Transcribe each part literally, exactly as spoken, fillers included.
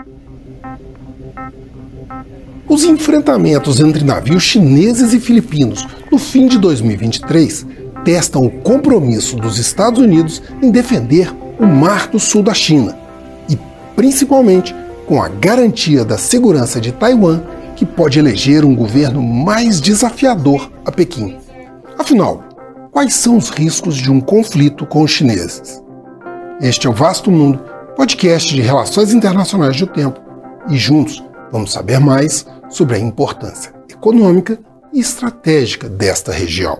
Os enfrentamentos entre navios chineses e filipinos no fim de dois mil e vinte e três testam o compromisso dos Estados Unidos em defender o Mar do Sul da China e, principalmente, com a garantia da segurança de Taiwan, que pode eleger um governo mais desafiador a Pequim. Afinal, quais são os riscos de um conflito com os chineses? Este é o Vasto Mundo, podcast de Relações Internacionais do Tempo, e juntos vamos saber mais sobre a importância econômica e estratégica desta região.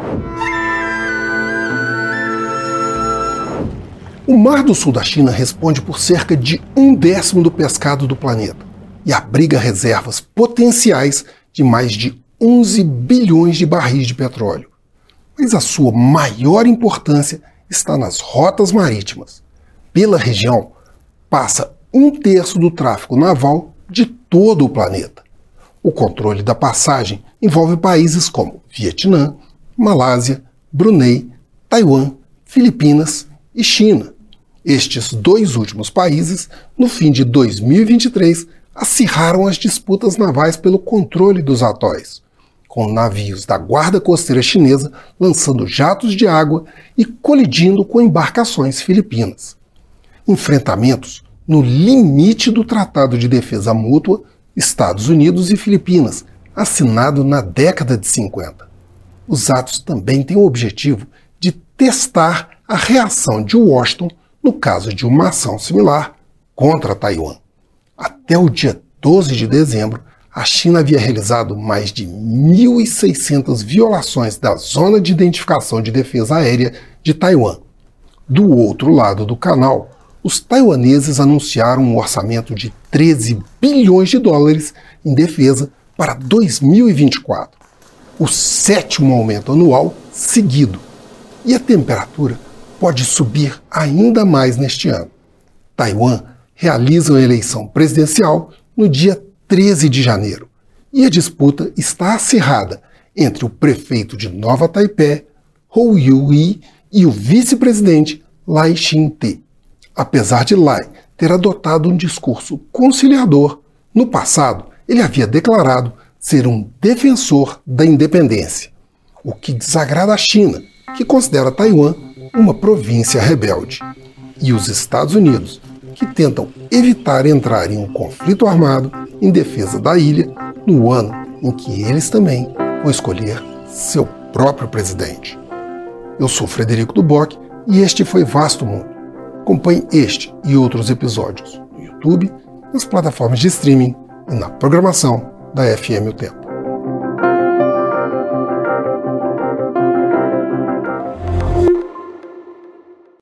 O Mar do Sul da China responde por cerca de um décimo do pescado do planeta e abriga reservas potenciais de mais de onze bilhões de barris de petróleo. Mas a sua maior importância está nas rotas marítimas. Pela região, passa um terço do tráfego naval de todo o planeta. O controle da passagem envolve países como Vietnã, Malásia, Brunei, Taiwan, Filipinas e China. Estes dois últimos países, no fim de dois mil e vinte e três, acirraram as disputas navais pelo controle dos atóis, com navios da Guarda Costeira Chinesa lançando jatos de água e colidindo com embarcações filipinas. Enfrentamentos no limite do Tratado de Defesa Mútua Estados Unidos e Filipinas, assinado na década de cinquenta. Os atos também têm o objetivo de testar a reação de Washington no caso de uma ação similar contra Taiwan. Até o dia doze de dezembro, a China havia realizado mais de mil e seiscentas violações da Zona de Identificação de Defesa Aérea de Taiwan. Do outro lado do canal, os taiwaneses anunciaram um orçamento de treze bilhões de dólares em defesa para dois mil e vinte e quatro, o sétimo aumento anual seguido. E a temperatura pode subir ainda mais neste ano. Taiwan realiza a eleição presidencial no dia treze de janeiro, e a disputa está acirrada entre o prefeito de Nova Taipei, Hou Yu-ih, e o vice-presidente Lai Ching-te. Apesar de Lai ter adotado um discurso conciliador, no passado ele havia declarado ser um defensor da independência, o que desagrada a China, que considera Taiwan uma província rebelde, e os Estados Unidos, que tentam evitar entrar em um conflito armado em defesa da ilha no ano em que eles também vão escolher seu próprio presidente. Eu sou Frederico Duboc e este foi Vasto Mundo. Acompanhe este e outros episódios no YouTube, nas plataformas de streaming e na programação da F M O Tempo.